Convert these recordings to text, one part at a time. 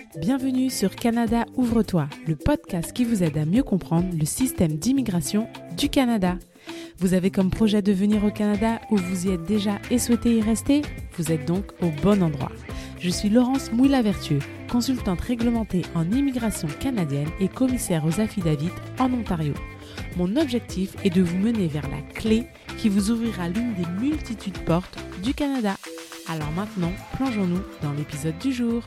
Bienvenue sur Canada Ouvre-toi, le podcast qui vous aide à mieux comprendre le système d'immigration du Canada. Vous avez comme projet de venir au Canada ou vous y êtes déjà et souhaitez y rester? Vous êtes donc au bon endroit. Je suis Laurence Mouilla-Vertueux, consultante réglementée en immigration canadienne et commissaire aux affidavits en Ontario. Mon objectif est de vous mener vers la clé qui vous ouvrira l'une des multitudes de portes du Canada. Alors maintenant, plongeons-nous dans l'épisode du jour.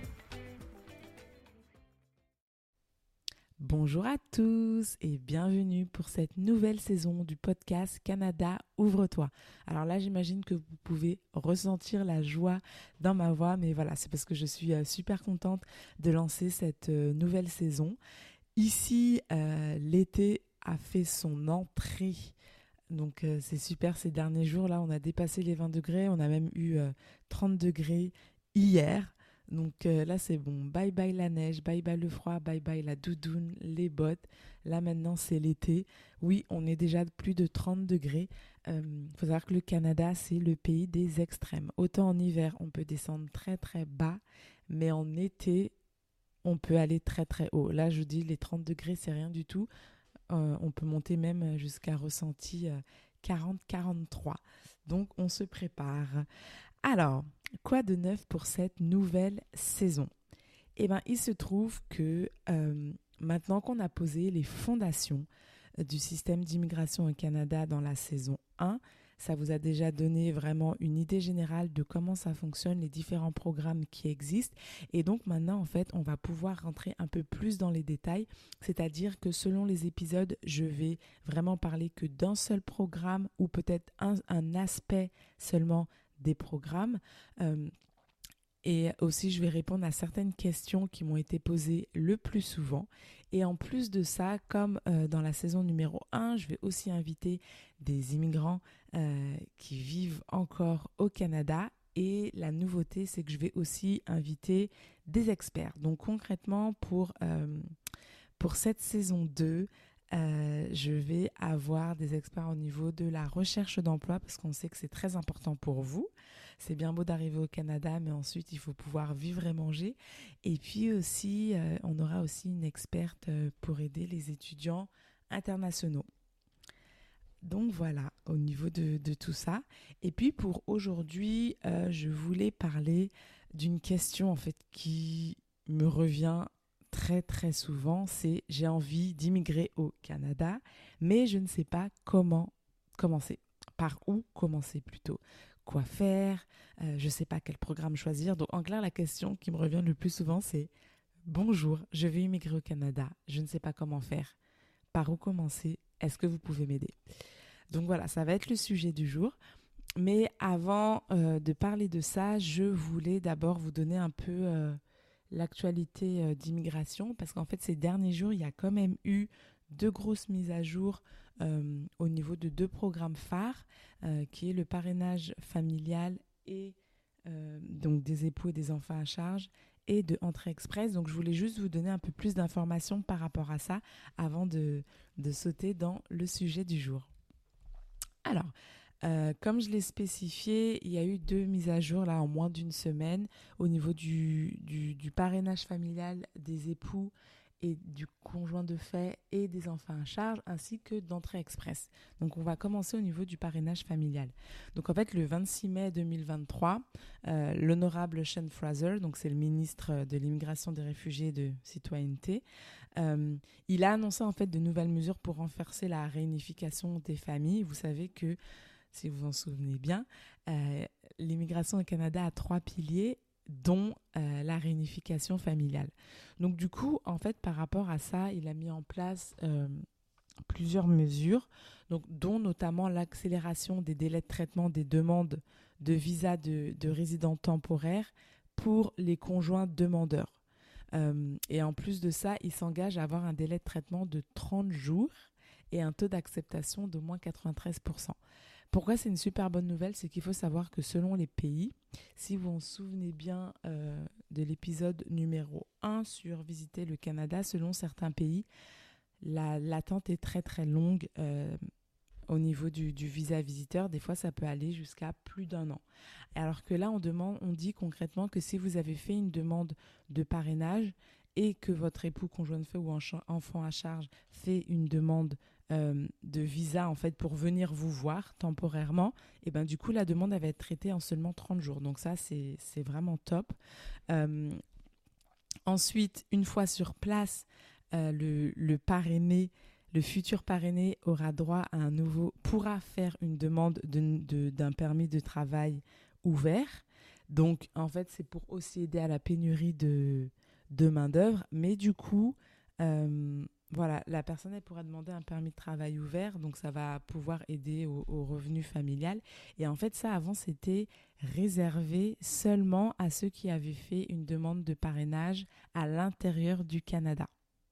Bonjour à tous et bienvenue pour cette nouvelle saison du podcast Canada Ouvre-toi. Alors là, j'imagine que vous pouvez ressentir la joie dans ma voix, mais voilà, c'est parce que je suis super contente de lancer cette nouvelle saison. Ici, l'été a fait son entrée. Donc c'est super, ces derniers jours là on a dépassé les 20 degrés, on a même eu 30 degrés hier. Donc là c'est bon, bye bye la neige, bye bye le froid, bye bye la doudoune, les bottes. Là maintenant c'est l'été. Oui, on est déjà plus de 30 degrés. Faut savoir que le Canada c'est le pays des extrêmes. Autant en hiver on peut descendre très très bas, mais en été on peut aller très très haut. Là je vous dis les 30 degrés c'est rien du tout. On peut monter même jusqu'à ressenti 40-43. Donc, on se prépare. Alors, quoi de neuf pour cette nouvelle saison? Eh bien, il se trouve que maintenant qu'on a posé les fondations du système d'immigration au Canada dans la saison 1, ça vous a déjà donné vraiment une idée générale de comment ça fonctionne, les différents programmes qui existent. Et donc maintenant, en fait, on va pouvoir rentrer un peu plus dans les détails. C'est-à-dire que selon les épisodes, je vais vraiment parler que d'un seul programme ou peut-être un aspect seulement des programmes. Et aussi, je vais répondre à certaines questions qui m'ont été posées le plus souvent. Et en plus de ça, comme dans la saison numéro 1, je vais aussi inviter des immigrants qui vivent encore au Canada. Et la nouveauté, c'est que je vais aussi inviter des experts. Donc concrètement, pour cette saison 2, je vais avoir des experts au niveau de la recherche d'emploi parce qu'on sait que c'est très important pour vous. C'est bien beau d'arriver au Canada, mais ensuite, il faut pouvoir vivre et manger. Et puis aussi, on aura aussi une experte pour aider les étudiants internationaux. Donc voilà, au niveau de tout ça. Et puis pour aujourd'hui, je voulais parler d'une question en fait qui me revient très très souvent, c'est j'ai envie d'immigrer au Canada, mais je ne sais pas comment commencer. Par où commencer plutôt? Quoi faire? Je ne sais pas quel programme choisir. Donc en clair, la question qui me revient le plus souvent, c'est bonjour, je veux immigrer au Canada, je ne sais pas comment faire. Par où commencer? Est-ce que vous pouvez m'aider? Donc voilà, ça va être le sujet du jour. Mais avant de parler de ça, je voulais d'abord vous donner un peu l'actualité d'immigration parce qu'en fait, ces derniers jours, il y a quand même eu deux grosses mises à jour au niveau de deux programmes phares qui est le parrainage familial et donc des époux et des enfants à charge et de Entrée Express. Donc, je voulais juste vous donner un peu plus d'informations par rapport à ça avant de sauter dans le sujet du jour. Alors, comme je l'ai spécifié, il y a eu deux mises à jour là en moins d'une semaine au niveau du parrainage familial des époux et du conjoint de fait et des enfants à charge, ainsi que d'Entrée Express. Donc, on va commencer au niveau du parrainage familial. Donc, en fait, le 26 mai 2023, l'honorable Sean Fraser, donc c'est le ministre de l'Immigration, des Réfugiés et de Citoyenneté, il a annoncé en fait de nouvelles mesures pour renforcer la réunification des familles. Vous savez que, si vous vous en souvenez bien, l'immigration au Canada a 3 piliers, dont la réunification familiale. Donc du coup, en fait, par rapport à ça, il a mis en place plusieurs mesures, donc, dont notamment l'accélération des délais de traitement des demandes de visa de résidents temporaires pour les conjoints demandeurs. Et en plus de ça, il s'engage à avoir un délai de traitement de 30 jours et un taux d'acceptation d'au moins 93%. Pourquoi c'est une super bonne nouvelle? C'est qu'il faut savoir que selon les pays, si vous vous souvenez bien de l'épisode numéro 1 sur visiter le Canada, selon certains pays, l'attente est très très longue au niveau du visa visiteur, des fois, ça peut aller jusqu'à plus d'un an. Alors que là, on dit concrètement que si vous avez fait une demande de parrainage et que votre époux, conjoint de fait ou enfant à charge fait une demande de visa en fait pour venir vous voir temporairement, et ben du coup la demande elle va être traitée en seulement 30 jours. Donc ça c'est vraiment top. Euh, Ensuite, une fois sur place, le parrainé, le futur parrainé aura droit à pourra faire une demande d'un permis de travail ouvert. Donc, en fait, c'est pour aussi aider à la pénurie de main-d'œuvre. Mais du coup, voilà, la personne, elle pourra demander un permis de travail ouvert. Donc, ça va pouvoir aider au revenu familial. Et en fait, ça, avant, c'était réservé seulement à ceux qui avaient fait une demande de parrainage à l'intérieur du Canada.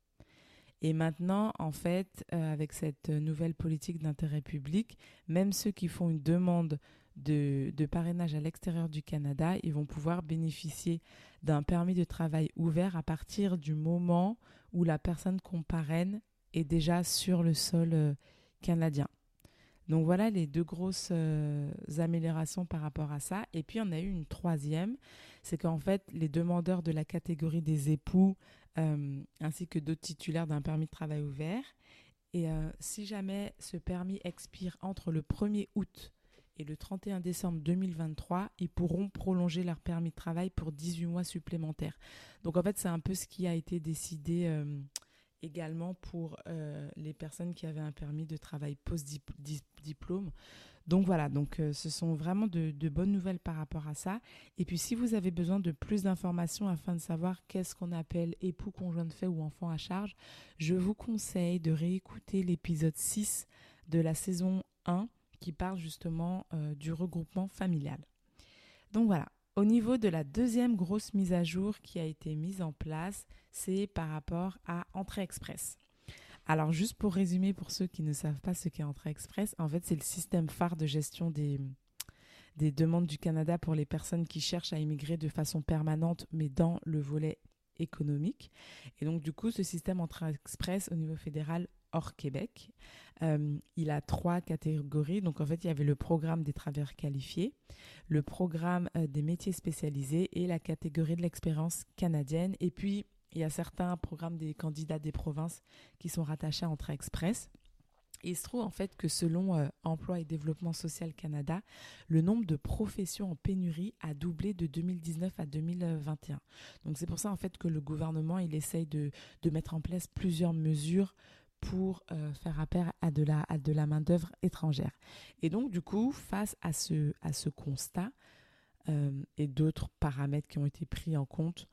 Et maintenant, en fait, avec cette nouvelle politique d'intérêt public, même ceux qui font une demande de parrainage à l'extérieur du Canada, ils vont pouvoir bénéficier d'un permis de travail ouvert à partir du moment où la personne qu'on parraine est déjà sur le sol canadien. Donc voilà les deux grosses améliorations par rapport à ça. Et puis on a eu une troisième, c'est qu'en fait les demandeurs de la catégorie des époux ainsi que d'autres titulaires d'un permis de travail ouvert, et si jamais ce permis expire entre le 1er août et le 31 décembre 2023, ils pourront prolonger leur permis de travail pour 18 mois supplémentaires. Donc en fait c'est un peu ce qui a été décidé également pour les personnes qui avaient un permis de travail post-diplôme. Donc voilà, ce sont vraiment de bonnes nouvelles par rapport à ça. Et puis si vous avez besoin de plus d'informations afin de savoir qu'est-ce qu'on appelle époux, conjoint de fait ou enfant à charge, je vous conseille de réécouter l'épisode 6 de la saison 1 qui parle justement du regroupement familial. Donc voilà. Au niveau de la deuxième grosse mise à jour qui a été mise en place, c'est par rapport à Entrée Express. Alors, juste pour résumer, pour ceux qui ne savent pas ce qu'est Entrée Express, en fait, c'est le système phare de gestion des demandes du Canada pour les personnes qui cherchent à immigrer de façon permanente, mais dans le volet économique. Et donc, du coup, ce système Entrée Express au niveau fédéral hors Québec, il a 3 catégories. Donc, en fait, il y avait le programme des travailleurs qualifiés, le programme des métiers spécialisés et la catégorie de l'expérience canadienne. Et puis, il y a certains programmes des candidats des provinces qui sont rattachés à Entrée Express. Et il se trouve en fait que selon Emploi et Développement Social Canada, le nombre de professions en pénurie a doublé de 2019 à 2021. Donc c'est pour ça en fait que le gouvernement il essaye de mettre en place plusieurs mesures pour faire appel à de la main-d'œuvre étrangère. Et donc du coup, face à ce constat et d'autres paramètres qui ont été pris en compte,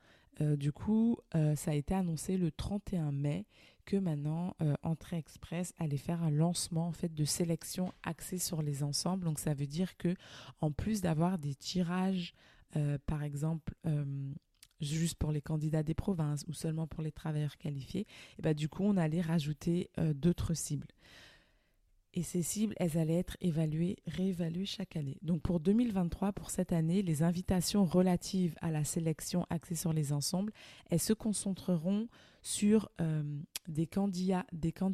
ça a été annoncé le 31 mai que maintenant, Entrée Express allait faire un lancement en fait, de sélection axée sur les ensembles. Donc, ça veut dire que en plus d'avoir des tirages, par exemple, juste pour les candidats des provinces ou seulement pour les travailleurs qualifiés, et ben, du coup, on allait rajouter d'autres cibles. Et ces cibles, elles allaient être réévaluées chaque année. Donc pour 2023, pour cette année, les invitations relatives à la sélection axée sur les ensembles, elles se concentreront sur des candidats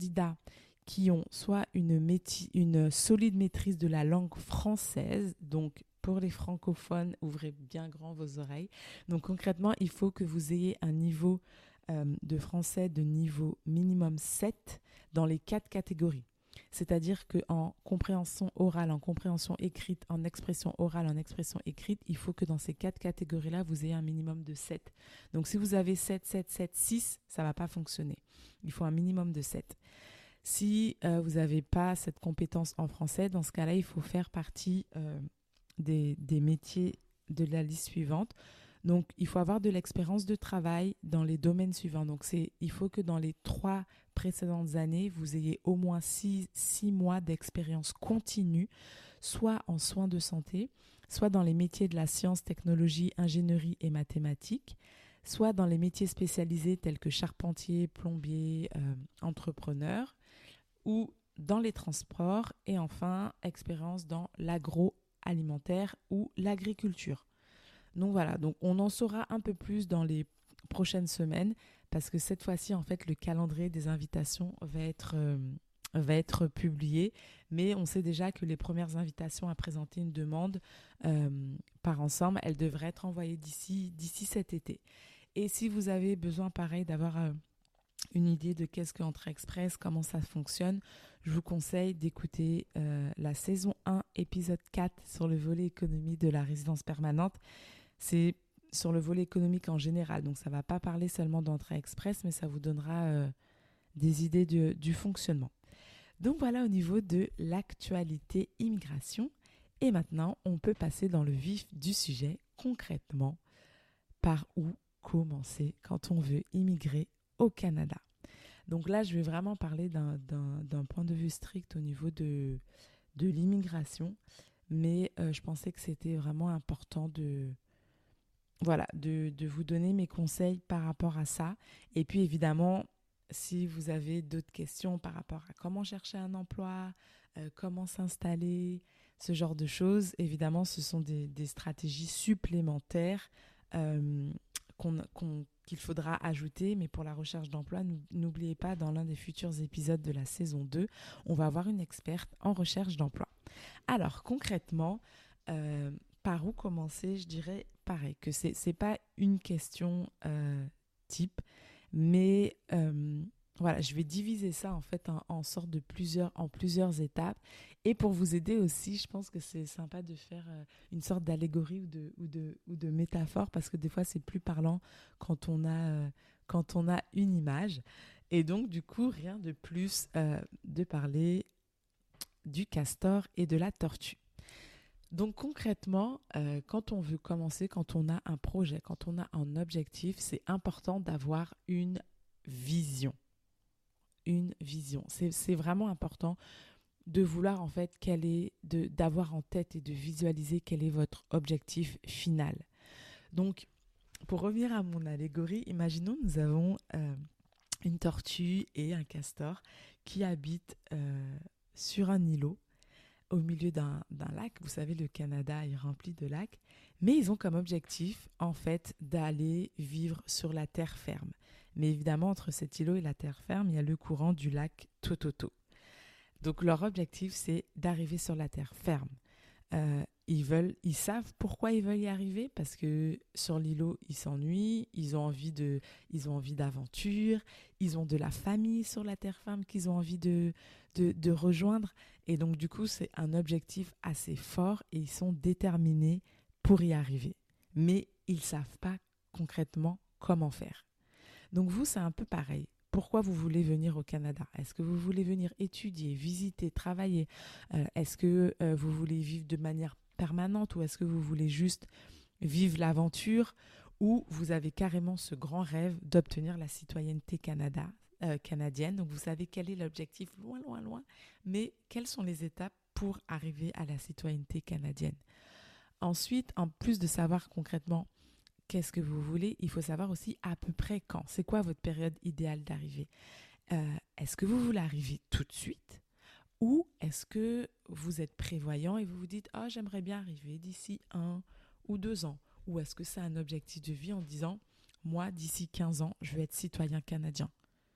qui ont soit une solide maîtrise de la langue française, donc pour les francophones, ouvrez bien grand vos oreilles. Donc concrètement, il faut que vous ayez un niveau de français de niveau minimum 7 dans les 4 catégories. C'est-à-dire qu'en compréhension orale, en compréhension écrite, en expression orale, en expression écrite, il faut que dans ces 4 catégories-là, vous ayez un minimum de 7. Donc si vous avez 7, 7, 7, 6, ça ne va pas fonctionner. Il faut un minimum de 7. Si vous n'avez pas cette compétence en français, dans ce cas-là, il faut faire partie des métiers de la liste suivante. Donc, il faut avoir de l'expérience de travail dans les domaines suivants. Donc, il faut que dans les 3 précédentes années, vous ayez au moins 6 mois d'expérience continue, soit en soins de santé, soit dans les métiers de la science, technologie, ingénierie et mathématiques, soit dans les métiers spécialisés tels que charpentier, plombier, entrepreneur, ou dans les transports, et enfin, expérience dans l'agroalimentaire ou l'agriculture. Donc voilà, donc on en saura un peu plus dans les prochaines semaines parce que cette fois-ci, en fait, le calendrier des invitations va être va être publié, mais on sait déjà que les premières invitations à présenter une demande par ensemble, elles devraient être envoyées d'ici cet été. Et si vous avez besoin, pareil, d'avoir une idée de qu'est-ce que Entrée Express, comment ça fonctionne, je vous conseille d'écouter la saison 1, épisode 4 sur le volet économie de la résidence permanente. C'est sur le volet économique en général, donc ça ne va pas parler seulement d'Entrée Express, mais ça vous donnera des idées du fonctionnement. Donc voilà au niveau de l'actualité immigration. Et maintenant, on peut passer dans le vif du sujet, concrètement, par où commencer quand on veut immigrer au Canada. Donc là, je vais vraiment parler d'un point de vue strict au niveau de l'immigration, mais je pensais que c'était vraiment important de vous donner mes conseils par rapport à ça. Et puis évidemment, si vous avez d'autres questions par rapport à comment chercher un emploi, comment s'installer, ce genre de choses, évidemment, ce sont des stratégies supplémentaires qu'il faudra ajouter. Mais pour la recherche d'emploi, n'oubliez pas, dans l'un des futurs épisodes de la saison 2, on va avoir une experte en recherche d'emploi. Alors, concrètement, par où commencer? Je dirais pareil, que c'est pas une question type, mais voilà, je vais diviser ça en fait en sorte de plusieurs étapes. Et pour vous aider aussi, je pense que c'est sympa de faire une sorte d'allégorie ou de métaphore, parce que des fois c'est plus parlant quand on a une image. Et donc du coup, rien de plus de parler du castor et de la tortue. Donc concrètement, quand on veut commencer, quand on a un projet, quand on a un objectif, c'est important d'avoir une vision. Une vision. C'est vraiment important de vouloir en fait d'avoir en tête et de visualiser quel est votre objectif final. Donc, pour revenir à mon allégorie, imaginons nous avons une tortue et un castor qui habitent sur un îlot au milieu d'un lac. Vous savez, le Canada est rempli de lacs, mais ils ont comme objectif, en fait, d'aller vivre sur la terre ferme. Mais évidemment, entre cet îlot et la terre ferme, il y a le courant du lac Tototo. Donc, leur objectif, c'est d'arriver sur la terre ferme. Ils savent pourquoi ils veulent y arriver, parce que sur l'îlot, ils s'ennuient, ils ont envie d'aventure, ils ont de la famille sur la terre ferme qu'ils ont envie de rejoindre. Et donc, du coup, c'est un objectif assez fort et ils sont déterminés pour y arriver. Mais ils ne savent pas concrètement comment faire. Donc, vous, c'est un peu pareil. Pourquoi vous voulez venir au Canada? Est-ce que vous voulez venir étudier, visiter, travailler? Est-ce que vous voulez vivre de manière permanente ou est-ce que vous voulez juste vivre l'aventure ou vous avez carrément ce grand rêve d'obtenir la citoyenneté canadienne? Donc, vous savez quel est l'objectif loin, loin, loin, mais quelles sont les étapes pour arriver à la citoyenneté canadienne? Ensuite, en plus de savoir concrètement qu'est-ce que vous voulez, il faut savoir aussi à peu près quand. C'est quoi votre période idéale d'arrivée? Est-ce que vous voulez arriver tout de suite? Ou est-ce que vous êtes prévoyant et vous vous dites « Ah, j'aimerais bien arriver d'ici 1 ou 2 ans ». Ou est-ce que c'est un objectif de vie en disant « Moi, d'ici 15 ans, je vais être citoyen canadien ».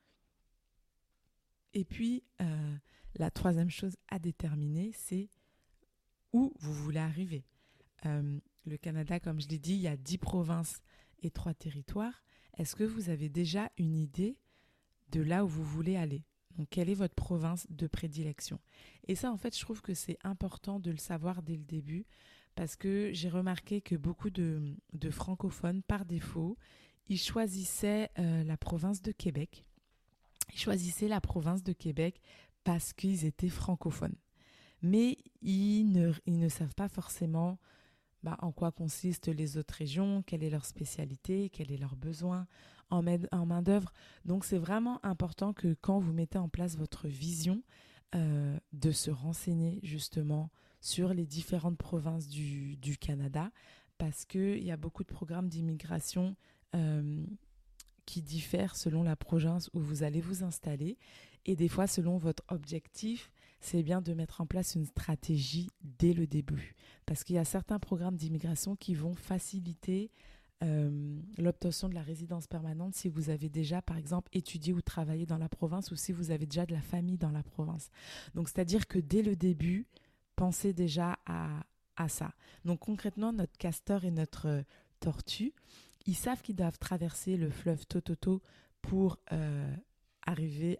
Et puis, la troisième chose à déterminer, c'est où vous voulez arriver. Le Canada, comme je l'ai dit, il y a 10 provinces et 3 territoires. Est-ce que vous avez déjà une idée de là où vous voulez aller? Donc, quelle est votre province de prédilection? Et ça, en fait, je trouve que c'est important de le savoir dès le début parce que j'ai remarqué que beaucoup de francophones, par défaut, ils choisissaient la province de Québec. Ils choisissaient la province de Québec parce qu'ils étaient francophones. Mais ils ne savent pas forcément en quoi consistent les autres régions, quelle est leur spécialité, quel est leur besoin en main-d'œuvre. Donc, c'est vraiment important que quand vous mettez en place votre vision, de se renseigner justement sur les différentes provinces du Canada, parce qu'il y a beaucoup de programmes d'immigration qui diffèrent selon la province où vous allez vous installer. Et des fois, selon votre objectif, c'est bien de mettre en place une stratégie dès le début. Parce qu'il y a certains programmes d'immigration qui vont faciliter l'obtention de la résidence permanente si vous avez déjà, par exemple, étudié ou travaillé dans la province ou si vous avez déjà de la famille dans la province. Donc, c'est-à-dire que dès le début, pensez déjà à ça. Donc, concrètement, notre castor et notre tortue, ils savent qu'ils doivent traverser le fleuve Tototo pour arriver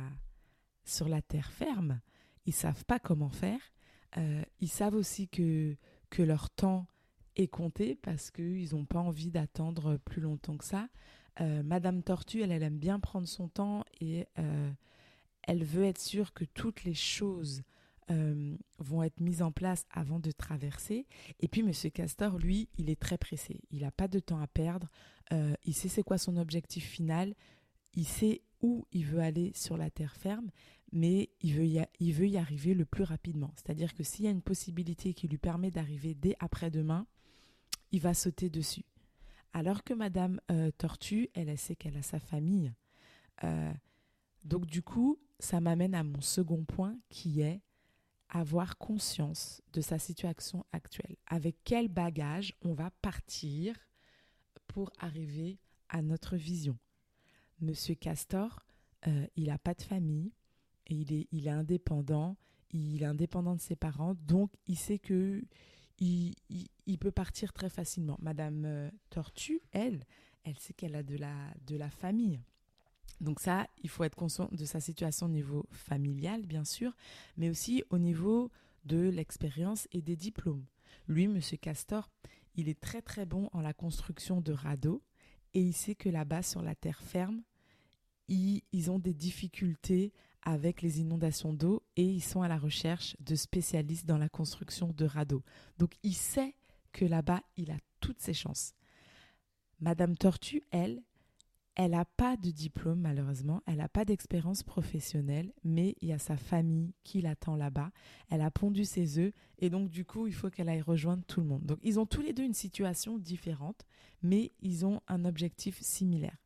sur la terre ferme. Ils ne savent pas comment faire. Ils savent aussi que leur temps est compté parce qu'ils n'ont pas envie d'attendre plus longtemps que ça. Madame Tortue, elle aime bien prendre son temps et elle veut être sûre que toutes les choses vont être mises en place avant de traverser. Et puis Monsieur Castor, lui, il est très pressé. Il n'a pas de temps à perdre. Il sait c'est quoi son objectif final. Il sait où il veut aller sur la terre ferme, mais il veut y arriver le plus rapidement. C'est-à-dire que s'il y a une possibilité qui lui permet d'arriver dès après-demain, il va sauter dessus. Alors que Madame Tortue, elle sait qu'elle a sa famille. Donc du coup, ça m'amène à mon second point qui est avoir conscience de sa situation actuelle. Avec quel bagage on va partir pour arriver à notre vision. Monsieur Castor, il n'a pas de famille, et il est indépendant, il est indépendant de ses parents, donc il sait que il peut partir très facilement. Madame Tortue, elle sait qu'elle a de la famille. Donc ça, il faut être conscient de sa situation au niveau familial, bien sûr, mais aussi au niveau de l'expérience et des diplômes. Lui, Monsieur Castor, il est très très bon en la construction de radeaux et il sait que là-bas, sur la terre ferme, ils ont des difficultés avec les inondations d'eau et ils sont à la recherche de spécialistes dans la construction de radeaux. Donc il sait que là-bas, il a toutes ses chances. Madame Tortue, elle n'a pas de diplôme malheureusement, elle n'a pas d'expérience professionnelle, mais il y a sa famille qui l'attend là-bas. Elle a pondu ses œufs et donc du coup, il faut qu'elle aille rejoindre tout le monde. Donc ils ont tous les deux une situation différente, mais ils ont un objectif similaire.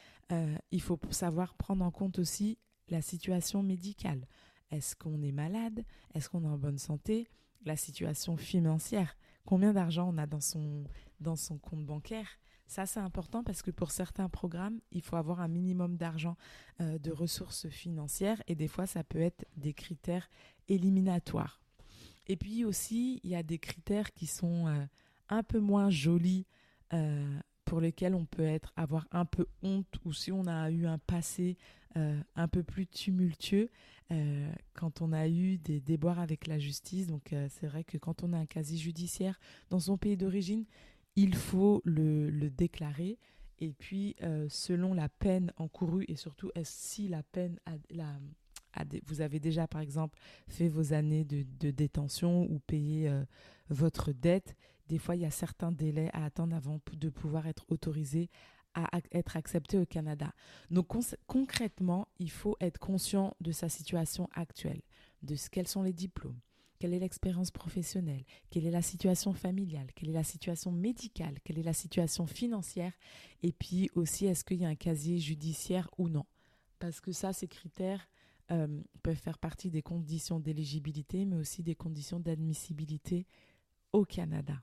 Il faut savoir prendre en compte aussi la situation médicale. Est-ce qu'on est malade? Est-ce qu'on est en bonne santé? La situation financière. Combien d'argent on a dans son compte bancaire? Ça, c'est important parce que pour certains programmes, il faut avoir un minimum d'argent, de ressources financières et des fois, ça peut être des critères éliminatoires. Et puis aussi, il y a des critères qui sont un peu moins jolis pour lesquels on peut avoir un peu honte ou si on a eu un passé un peu plus tumultueux quand on a eu des déboires avec la justice. Donc c'est vrai que quand on a un casier judiciaire dans son pays d'origine, il faut le déclarer. Et puis selon la peine encourue et surtout si la peine vous avez déjà par exemple fait vos années de détention ou payé votre dette, des fois il y a certains délais à attendre avant de pouvoir être autorisé à être accepté au Canada. Donc concrètement, il faut être conscient de sa situation actuelle, quels sont les diplômes, quelle est l'expérience professionnelle, quelle est la situation familiale, quelle est la situation médicale, quelle est la situation financière, et puis aussi est-ce qu'il y a un casier judiciaire ou non. Parce que ça, ces critères peuvent faire partie des conditions d'éligibilité, mais aussi des conditions d'admissibilité au Canada.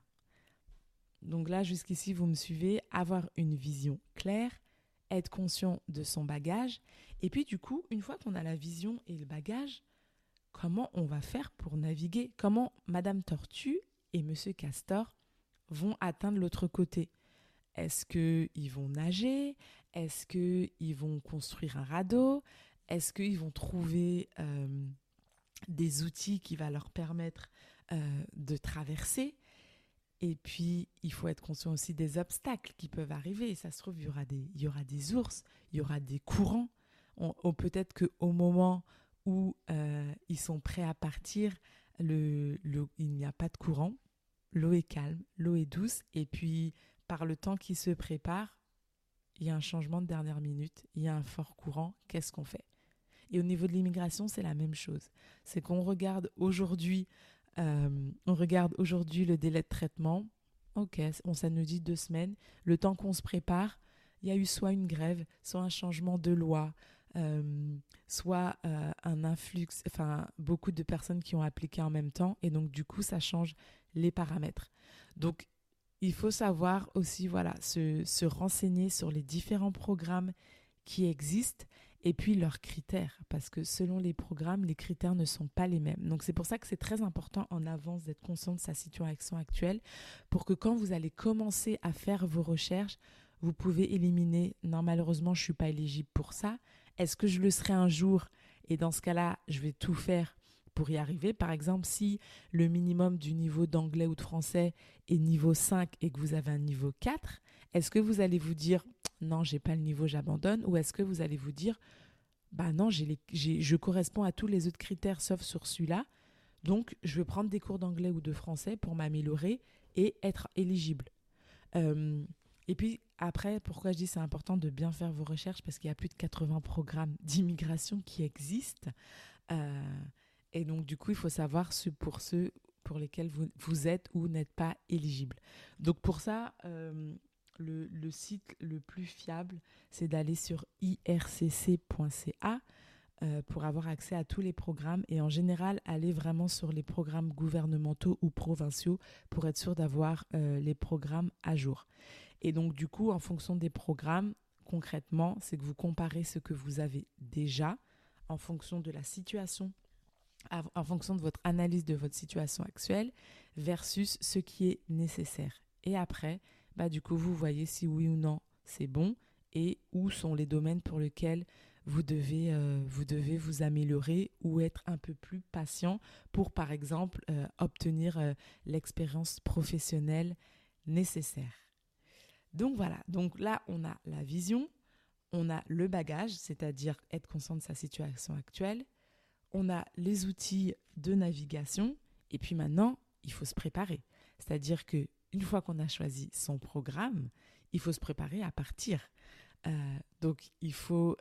Donc là, jusqu'ici, vous me suivez, avoir une vision claire, être conscient de son bagage. Et puis du coup, une fois qu'on a la vision et le bagage, comment on va faire pour naviguer? Comment Madame Tortue et Monsieur Castor vont atteindre l'autre côté? Est-ce qu'ils vont nager? Est-ce qu'ils vont construire un radeau? Est-ce qu'ils vont trouver des outils qui vont leur permettre de traverser? Et puis, il faut être conscient aussi des obstacles qui peuvent arriver. Et ça se trouve, il y aura des ours, il y aura des courants. Peut-être qu'au moment où ils sont prêts à partir, il n'y a pas de courant. L'eau est calme, l'eau est douce. Et puis, par le temps qu'ils se préparent, il y a un changement de dernière minute, il y a un fort courant. Qu'est-ce qu'on fait? Et au niveau de l'immigration, c'est la même chose. C'est qu'on regarde aujourd'hui le délai de traitement. Ok, ça nous dit 2 semaines. Le temps qu'on se prépare, il y a eu soit une grève, soit un changement de loi, soit un influx, enfin beaucoup de personnes qui ont appliqué en même temps. Et donc du coup, ça change les paramètres. Donc, il faut savoir aussi, voilà, se renseigner sur les différents programmes qui existent et puis leurs critères, parce que selon les programmes, les critères ne sont pas les mêmes. Donc c'est pour ça que c'est très important en avance d'être conscient de sa situation actuelle, pour que quand vous allez commencer à faire vos recherches, vous pouvez éliminer, non malheureusement je ne suis pas éligible pour ça, est-ce que je le serai un jour? Et dans ce cas-là, je vais tout faire pour y arriver. Par exemple, si le minimum du niveau d'anglais ou de français est niveau 5 et que vous avez un niveau 4, est-ce que vous allez vous dire non, j'ai pas le niveau, j'abandonne, ou est-ce que vous allez vous dire bah non, je corresponds à tous les autres critères sauf sur celui-là, donc je vais prendre des cours d'anglais ou de français pour m'améliorer et être éligible. Euh, et puis après, pourquoi je dis c'est important de bien faire vos recherches, parce qu'il y a plus de 80 programmes d'immigration qui existent. Euh, et donc du coup, il faut savoir pour ceux pour lesquels vous êtes ou n'êtes pas éligible. Donc pour ça, le site le plus fiable, c'est d'aller sur ircc.ca pour avoir accès à tous les programmes, et en général, aller vraiment sur les programmes gouvernementaux ou provinciaux pour être sûr d'avoir les programmes à jour. Et donc du coup, en fonction des programmes, concrètement, c'est que vous comparez ce que vous avez déjà en fonction de la situation, en fonction de votre analyse de votre situation actuelle versus ce qui est nécessaire. Et après, bah, du coup, vous voyez si oui ou non c'est bon et où sont les domaines pour lesquels vous devez vous améliorer ou être un peu plus patient pour, par exemple, obtenir l'expérience professionnelle nécessaire. Donc voilà, donc là, on a la vision, on a le bagage, c'est-à-dire être conscient de sa situation actuelle, on a les outils de navigation, et puis maintenant, il faut se préparer. C'est-à-dire qu'une fois qu'on a choisi son programme, il faut se préparer à partir. Donc, il faut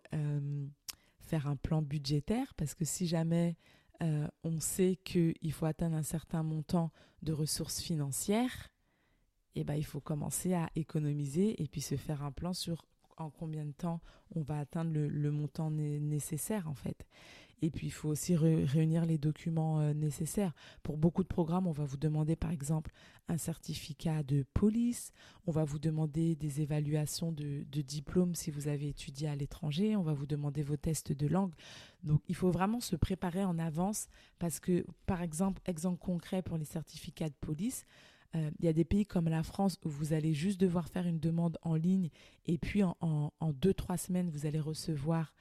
faire un plan budgétaire, parce que si jamais on sait qu'il faut atteindre un certain montant de ressources financières, eh ben, il faut commencer à économiser et puis se faire un plan sur en combien de temps on va atteindre le montant nécessaire en fait. Et puis, il faut aussi réunir les documents nécessaires. Pour beaucoup de programmes, on va vous demander, par exemple, un certificat de police. On va vous demander des évaluations de diplômes si vous avez étudié à l'étranger. On va vous demander vos tests de langue. Donc, il faut vraiment se préparer en avance parce que, par exemple, exemple concret pour les certificats de police, il y a des pays comme la France où vous allez juste devoir faire une demande en ligne et puis en 2-3 semaines, vous allez recevoir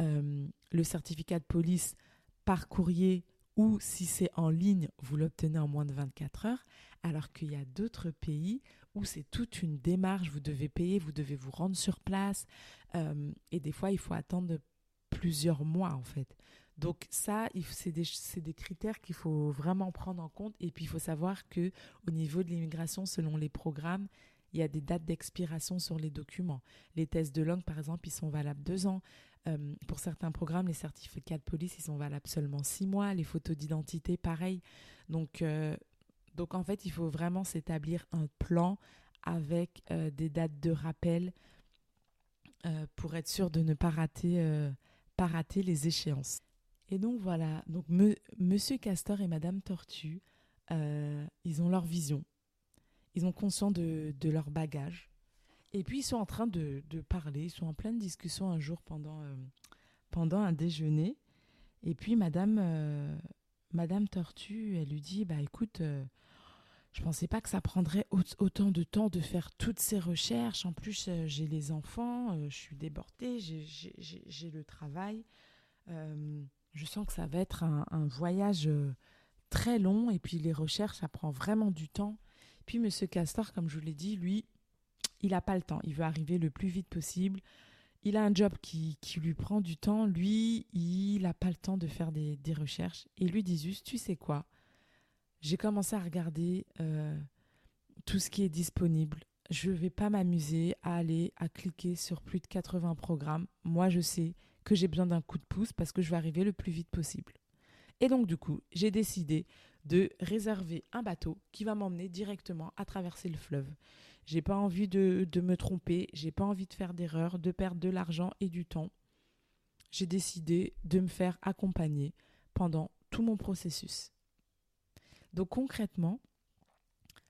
le certificat de police par courrier, ou si c'est en ligne, vous l'obtenez en moins de 24 heures, alors qu'il y a d'autres pays où c'est toute une démarche, vous devez payer, vous devez vous rendre sur place, et des fois il faut attendre plusieurs mois en fait. Donc ça, c'est des critères qu'il faut vraiment prendre en compte, et puis il faut savoir qu'au niveau de l'immigration, selon les programmes, il y a des dates d'expiration sur les documents. Les tests de langue, par exemple, ils sont valables 2 ans. Pour certains programmes, les certificats de police, ils sont valables seulement 6 mois. Les photos d'identité, pareil. Donc en fait, il faut vraiment s'établir un plan avec des dates de rappel pour être sûr de ne pas rater les échéances. Et donc voilà, donc Monsieur Castor et Madame Tortue, ils ont leur vision. Ils ont conscience de leur bagage. Et puis, ils sont en train de parler, ils sont en pleine discussion un jour pendant un déjeuner. Et puis, Madame Tortue, elle lui dit, bah écoute, je pensais pas que ça prendrait autant de temps de faire toutes ces recherches. En plus, j'ai les enfants, je suis débordée, j'ai le travail. Je sens que ça va être un voyage très long. Et puis, les recherches, ça prend vraiment du temps. Puis, Monsieur Castor, comme je vous l'ai dit, lui, il n'a pas le temps. Il veut arriver le plus vite possible. Il a un job qui lui prend du temps. Lui, il n'a pas le temps de faire des recherches. Et lui dit juste, tu sais quoi? J'ai commencé à regarder tout ce qui est disponible. Je ne vais pas m'amuser à cliquer sur plus de 80 programmes. Moi, je sais que j'ai besoin d'un coup de pouce parce que je vais arriver le plus vite possible. Et donc, du coup, j'ai décidé de réserver un bateau qui va m'emmener directement à traverser le fleuve. J'ai pas envie de me tromper, j'ai pas envie de faire d'erreurs, de perdre de l'argent et du temps. J'ai décidé de me faire accompagner pendant tout mon processus. Donc concrètement,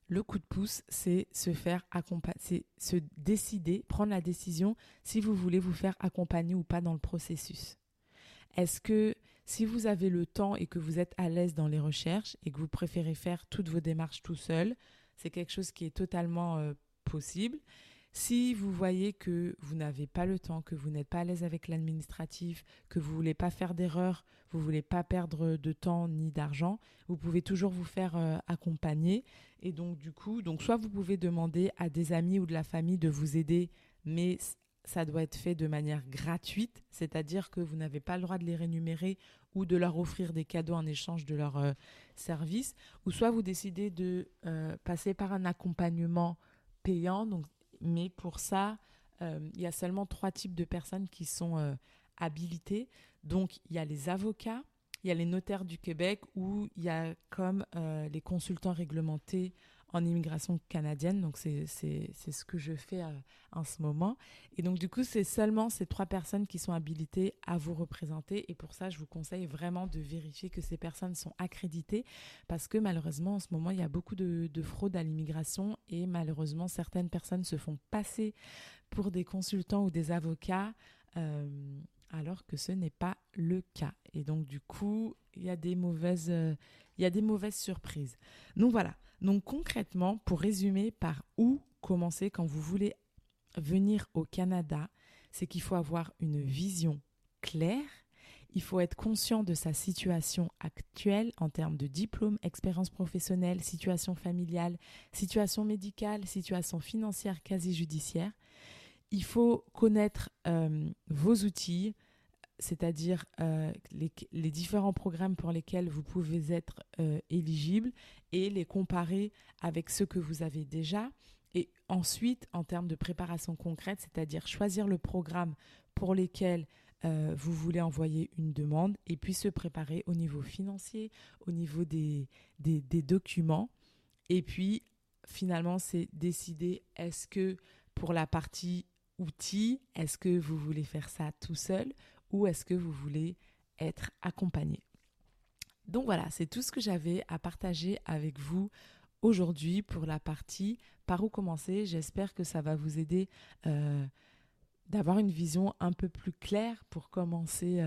Le coup de pouce, c'est se faire accompagner, c'est se décider, prendre la décision si vous voulez vous faire accompagner ou pas dans le processus. Est-ce que si vous avez le temps et que vous êtes à l'aise dans les recherches et que vous préférez faire toutes vos démarches tout seul, c'est quelque chose qui est totalement possible. Si vous voyez que vous n'avez pas le temps, que vous n'êtes pas à l'aise avec l'administratif, que vous ne voulez pas faire d'erreurs, vous ne voulez pas perdre de temps ni d'argent, vous pouvez toujours vous faire accompagner. Et donc, du coup, soit vous pouvez demander à des amis ou de la famille de vous aider, mais ça doit être fait de manière gratuite, c'est-à-dire que vous n'avez pas le droit de les rémunérer ou de leur offrir des cadeaux en échange de leurs services. Ou soit vous décidez de passer par un accompagnement payant, mais pour ça, il y a seulement 3 types de personnes qui sont habilitées. Donc, il y a les avocats, il y a les notaires du Québec ou il y a comme les consultants réglementés en immigration canadienne. Donc, c'est ce que je fais en ce moment. Et donc, du coup, c'est seulement ces 3 personnes qui sont habilitées à vous représenter. Et pour ça, je vous conseille vraiment de vérifier que ces personnes sont accréditées parce que malheureusement, en ce moment, il y a beaucoup de fraude à l'immigration et malheureusement, certaines personnes se font passer pour des consultants ou des avocats alors que ce n'est pas le cas. Et donc, du coup, il y a des mauvaises surprises. Donc, voilà. Donc, concrètement, pour résumer par où commencer quand vous voulez venir au Canada, c'est qu'il faut avoir une vision claire. Il faut être conscient de sa situation actuelle en termes de diplôme, expérience professionnelle, situation familiale, situation médicale, situation financière, quasi-judiciaire. Il faut connaître vos outils, c'est-à-dire les différents programmes pour lesquels vous pouvez être éligible et les comparer avec ceux que vous avez déjà. Et ensuite, en termes de préparation concrète, c'est-à-dire choisir le programme pour lequel vous voulez envoyer une demande et puis se préparer au niveau financier, au niveau des documents. Et puis, finalement, c'est décider est-ce que pour la partie outils, est-ce que vous voulez faire ça tout seul ou est-ce que vous voulez être accompagné. Donc voilà, c'est tout ce que j'avais à partager avec vous aujourd'hui pour la partie par où commencer. J'espère que ça va vous aider d'avoir une vision un peu plus claire pour commencer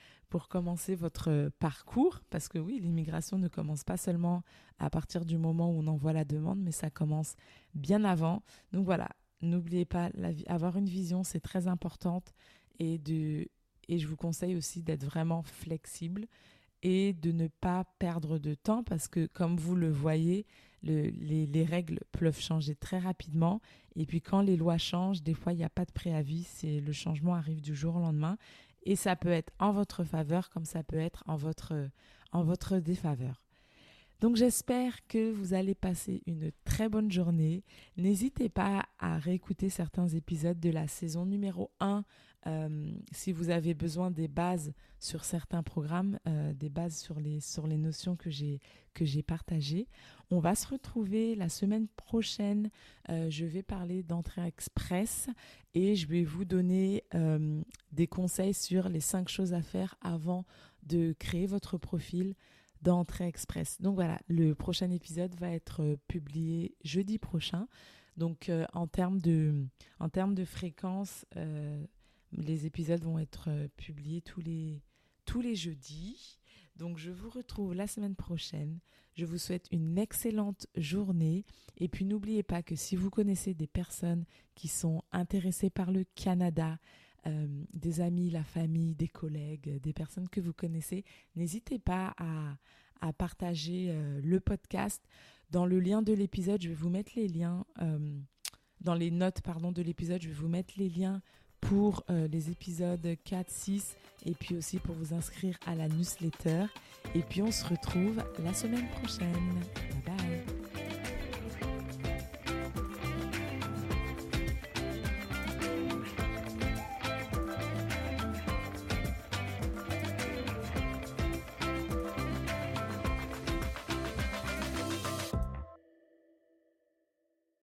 votre parcours. Parce que oui, l'immigration ne commence pas seulement à partir du moment où on envoie la demande, mais ça commence bien avant. Donc voilà, n'oubliez pas, avoir une vision, c'est très important et je vous conseille aussi d'être vraiment flexible et de ne pas perdre de temps parce que, comme vous le voyez, les règles peuvent changer très rapidement. Et puis, quand les lois changent, des fois, il n'y a pas de préavis. Le changement arrive du jour au lendemain. Et ça peut être en votre faveur comme ça peut être en votre défaveur. Donc, j'espère que vous allez passer une très bonne journée. N'hésitez pas à réécouter certains épisodes de la saison numéro 1 si vous avez besoin des bases sur certains programmes, des bases sur les notions que j'ai partagées. On va se retrouver la semaine prochaine. Je vais parler d'entrée express et je vais vous donner des conseils sur les 5 choses à faire avant de créer votre profil d'entrée express. Donc voilà, le prochain épisode va être publié jeudi prochain. Donc en termes de fréquence, les épisodes vont être publiés tous les jeudis. Donc je vous retrouve la semaine prochaine. Je vous souhaite une excellente journée. Et puis n'oubliez pas que si vous connaissez des personnes qui sont intéressées par le Canada, des amis, la famille, des collègues, des personnes que vous connaissez, n'hésitez pas à partager le podcast. Dans le lien de l'épisode, je vais vous mettre les liens, dans les notes de l'épisode, je vais vous mettre les liens pour les épisodes 4, 6 et puis aussi pour vous inscrire à la newsletter. Et puis on se retrouve la semaine prochaine. Bye bye.